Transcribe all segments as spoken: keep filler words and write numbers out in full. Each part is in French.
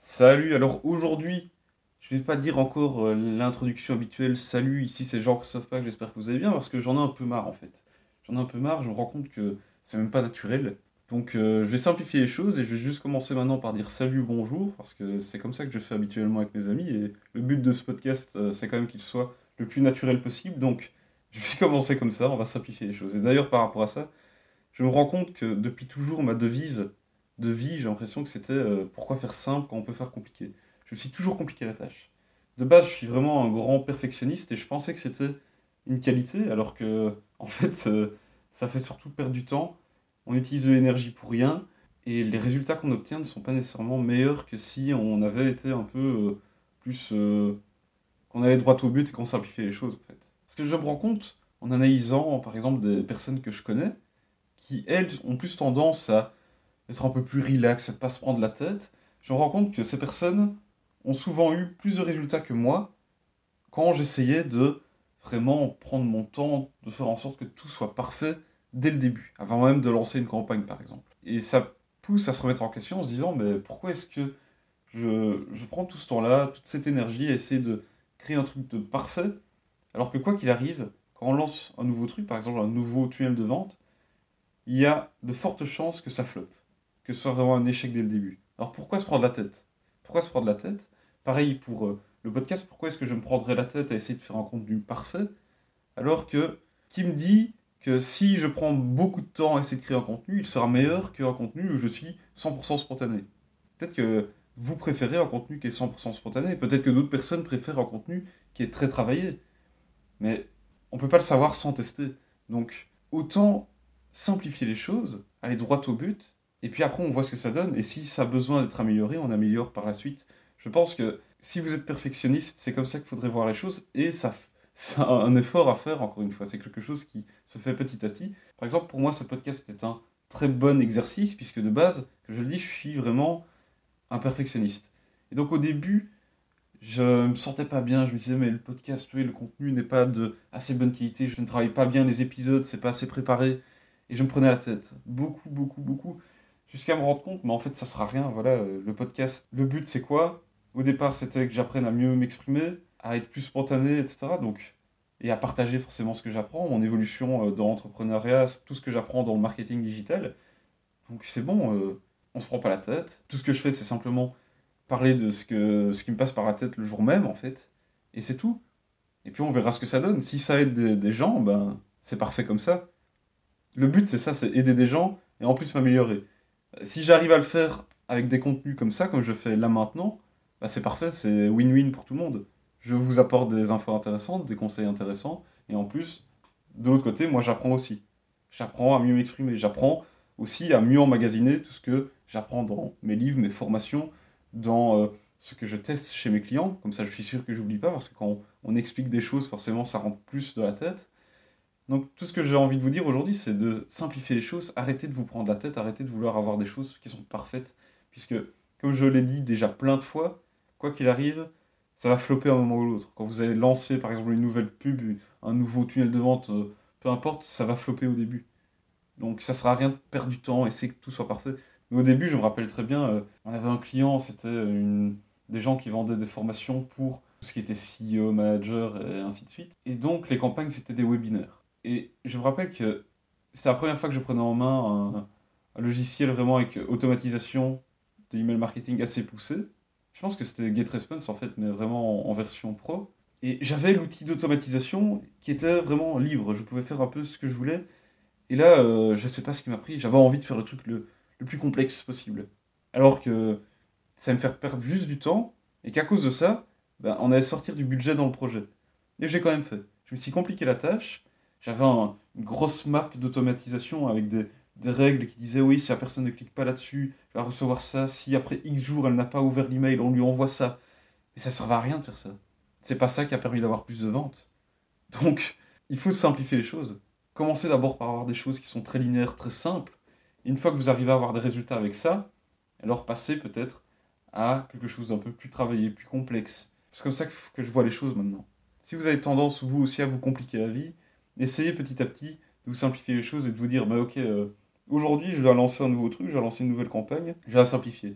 Salut, alors aujourd'hui, je vais pas dire encore euh, l'introduction habituelle, salut, ici c'est Jean-Christophe Pack, j'espère que vous allez bien, parce que j'en ai un peu marre en fait. J'en ai un peu marre, je me rends compte que c'est même pas naturel. Donc euh, je vais simplifier les choses et je vais juste commencer maintenant par dire salut, bonjour, parce que c'est comme ça que je fais habituellement avec mes amis, et le but de ce podcast, euh, c'est quand même qu'il soit le plus naturel possible, donc je vais commencer comme ça, on va simplifier les choses. Et d'ailleurs par rapport à ça, je me rends compte que depuis toujours, ma devise de vie, j'ai l'impression que c'était euh, pourquoi faire simple quand on peut faire compliqué. Je me suis toujours compliqué la tâche. De base, je suis vraiment un grand perfectionniste et je pensais que c'était une qualité, alors que, en fait, euh, ça fait surtout perdre du temps. On utilise de l'énergie pour rien et les résultats qu'on obtient ne sont pas nécessairement meilleurs que si on avait été un peu euh, plus. Euh, qu'on allait droit au but et qu'on simplifiait les choses, en fait. Parce que je me rends compte, en analysant, par exemple, des personnes que je connais, qui, elles, ont plus tendance à être un peu plus relax, à ne pas se prendre la tête, je me rends compte que ces personnes ont souvent eu plus de résultats que moi quand j'essayais de vraiment prendre mon temps, de faire en sorte que tout soit parfait dès le début, avant même de lancer une campagne, par exemple. Et ça pousse à se remettre en question en se disant, mais pourquoi est-ce que je, je prends tout ce temps-là, toute cette énergie à essayer de créer un truc de parfait, alors que quoi qu'il arrive, quand on lance un nouveau truc, par exemple un nouveau tunnel de vente, il y a de fortes chances que ça floppe, que ce soit vraiment un échec dès le début. Alors pourquoi se prendre la tête? Pourquoi se prendre la tête? Pareil pour euh, le podcast, pourquoi est-ce que je me prendrais la tête à essayer de faire un contenu parfait, alors que qui me dit que si je prends beaucoup de temps à essayer de créer un contenu, il sera meilleur qu'un contenu où je suis cent pour cent spontané. Peut-être que vous préférez un contenu qui est cent pour cent spontané, peut-être que d'autres personnes préfèrent un contenu qui est très travaillé. Mais on peut pas le savoir sans tester. Donc, autant simplifier les choses, aller droit au but, et puis après on voit ce que ça donne, et si ça a besoin d'être amélioré, on améliore par la suite. Je pense que si vous êtes perfectionniste, c'est comme ça qu'il faudrait voir les choses, et ça, c'est un effort à faire, encore une fois, c'est quelque chose qui se fait petit à petit. Par exemple, pour moi, ce podcast est un très bon exercice, puisque de base, que je le dis, je suis vraiment un perfectionniste. Et donc au début, je me sentais pas bien, je me disais, mais le podcast, oui, le contenu n'est pas de assez bonne qualité, je ne travaille pas bien les épisodes, c'est pas assez préparé. Et je me prenais la tête. Beaucoup, beaucoup, beaucoup. Jusqu'à me rendre compte, mais en fait, ça sert à rien. Voilà, euh, le podcast, le but, c'est quoi? Au départ, c'était que j'apprenne à mieux m'exprimer, à être plus spontané, et cetera. Donc, et à partager forcément ce que j'apprends, mon évolution euh, dans l'entrepreneuriat, tout ce que j'apprends dans le marketing digital. Donc, c'est bon, euh, on se prend pas la tête. Tout ce que je fais, c'est simplement parler de ce, que, ce qui me passe par la tête le jour même, en fait. Et c'est tout. Et puis on verra ce que ça donne. Si ça aide des, des gens, ben c'est parfait comme ça. Le but, c'est ça, c'est aider des gens et en plus m'améliorer. Si j'arrive à le faire avec des contenus comme ça, comme je fais là maintenant, bah c'est parfait, c'est win-win pour tout le monde. Je vous apporte des infos intéressantes, des conseils intéressants, et en plus, de l'autre côté, moi j'apprends aussi. J'apprends à mieux m'exprimer, j'apprends aussi à mieux emmagasiner tout ce que j'apprends dans mes livres, mes formations, dans euh, ce que je teste chez mes clients. Comme ça, je suis sûr que j'oublie pas, parce que quand on, on explique des choses, forcément, ça rentre plus de la tête. Donc tout ce que j'ai envie de vous dire aujourd'hui, c'est de simplifier les choses, arrêtez de vous prendre la tête, arrêtez de vouloir avoir des choses qui sont parfaites, puisque, comme je l'ai dit déjà plein de fois, quoi qu'il arrive, ça va flopper à un moment ou l'autre. Quand vous allez lancer par exemple une nouvelle pub, un nouveau tunnel de vente, euh, peu importe, ça va flopper au début. Donc ça sert à rien de perdre du temps, essayer que tout soit parfait. Mais au début, je me rappelle très bien, euh, on avait un client, c'était une... des gens qui vendaient des formations pour tout ce qui était C E O, manager et ainsi de suite. Et donc les campagnes, c'était des webinaires. Et je me rappelle que c'est la première fois que je prenais en main un, un logiciel vraiment avec automatisation de email marketing assez poussé. Je pense que c'était GetResponse en fait, mais vraiment en, en version pro. Et j'avais l'outil d'automatisation qui était vraiment libre. Je pouvais faire un peu ce que je voulais. Et là, euh, je sais pas ce qui m'a pris. J'avais envie de faire le truc le, le plus complexe possible. Alors que ça va me faire perdre juste du temps. Et qu'à cause de ça, ben, on allait sortir du budget dans le projet. Et j'ai quand même fait. Je me suis compliqué la tâche. J'avais un- une grosse map d'automatisation avec des, des règles qui disaient oui, si la personne ne clique pas là-dessus, elle va recevoir ça. Si après X jours, elle n'a pas ouvert l'email, on lui envoie ça. Et ça servait à rien de faire ça. C'est pas ça qui a permis d'avoir plus de ventes. Donc, il faut simplifier les choses. Commencez d'abord par avoir des choses qui sont très linéaires, très simples. Et une fois que vous arrivez à avoir des résultats avec ça, alors passez peut-être à quelque chose d'un peu plus travaillé, plus complexe. C'est comme ça que, que je vois les choses maintenant. Si vous avez tendance, vous aussi, à vous compliquer la vie, essayez petit à petit de vous simplifier les choses et de vous dire, bah ok, euh, aujourd'hui je dois lancer un nouveau truc, je dois lancer une nouvelle campagne, je vais la simplifier.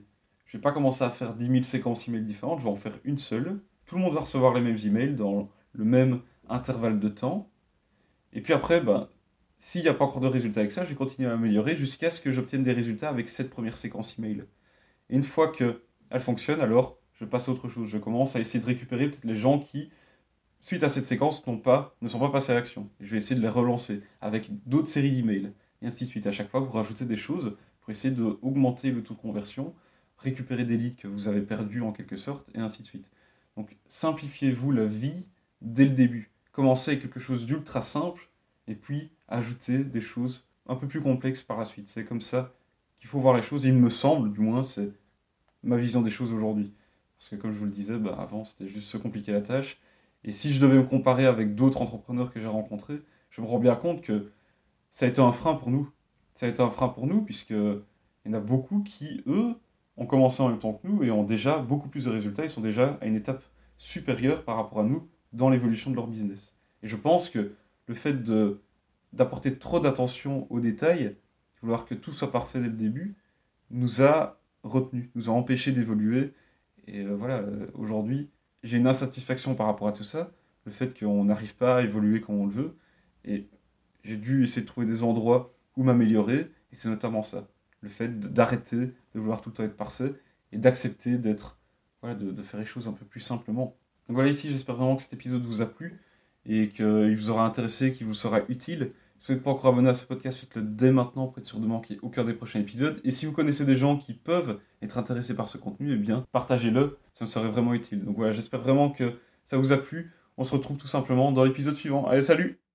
Je vais pas commencer à faire dix mille séquences email différentes, je vais en faire une seule. Tout le monde va recevoir les mêmes emails dans le même intervalle de temps. Et puis après, bah, s'il n'y a pas encore de résultats avec ça, je vais continuer à améliorer jusqu'à ce que j'obtienne des résultats avec cette première séquence email. Et une fois qu'elle fonctionne, alors je passe à autre chose. Je commence à essayer de récupérer peut-être les gens qui, suite à cette séquence, n'ont pas, ne sont pas passés à l'action. Je vais essayer de les relancer avec d'autres séries d'emails, et ainsi de suite. À chaque fois, vous rajoutez des choses pour essayer d'augmenter le taux de conversion, récupérer des leads que vous avez perdus en quelque sorte, et ainsi de suite. Donc simplifiez-vous la vie dès le début. Commencez avec quelque chose d'ultra simple, et puis ajoutez des choses un peu plus complexes par la suite. C'est comme ça qu'il faut voir les choses, et il me semble, du moins, c'est ma vision des choses aujourd'hui. Parce que comme je vous le disais, bah, avant c'était juste se compliquer la tâche. Et si je devais me comparer avec d'autres entrepreneurs que j'ai rencontrés, je me rends bien compte que ça a été un frein pour nous. Ça a été un frein pour nous, puisque il y en a beaucoup qui, eux, ont commencé en même temps que nous et ont déjà beaucoup plus de résultats. Ils sont déjà à une étape supérieure par rapport à nous dans l'évolution de leur business. Et je pense que le fait de, d'apporter trop d'attention aux détails, vouloir que tout soit parfait dès le début, nous a retenus, nous a empêchés d'évoluer. Et euh, voilà, euh, aujourd'hui, j'ai une insatisfaction par rapport à tout ça, le fait qu'on n'arrive pas à évoluer comme on le veut. Et j'ai dû essayer de trouver des endroits où m'améliorer, et c'est notamment ça. Le fait d'arrêter de vouloir tout le temps être parfait, et d'accepter d'être, voilà, de, de faire les choses un peu plus simplement. Donc voilà, ici, j'espère vraiment que cet épisode vous a plu, et qu'il vous aura intéressé, qu'il vous sera utile. Si vous n'êtes pas encore abonné à ce podcast, faites-le dès maintenant pour être sûr de manquer aucun des prochains épisodes. Et si vous connaissez des gens qui peuvent être intéressés par ce contenu, eh bien, partagez-le, ça me serait vraiment utile. Donc voilà, j'espère vraiment que ça vous a plu. On se retrouve tout simplement dans l'épisode suivant. Allez, salut!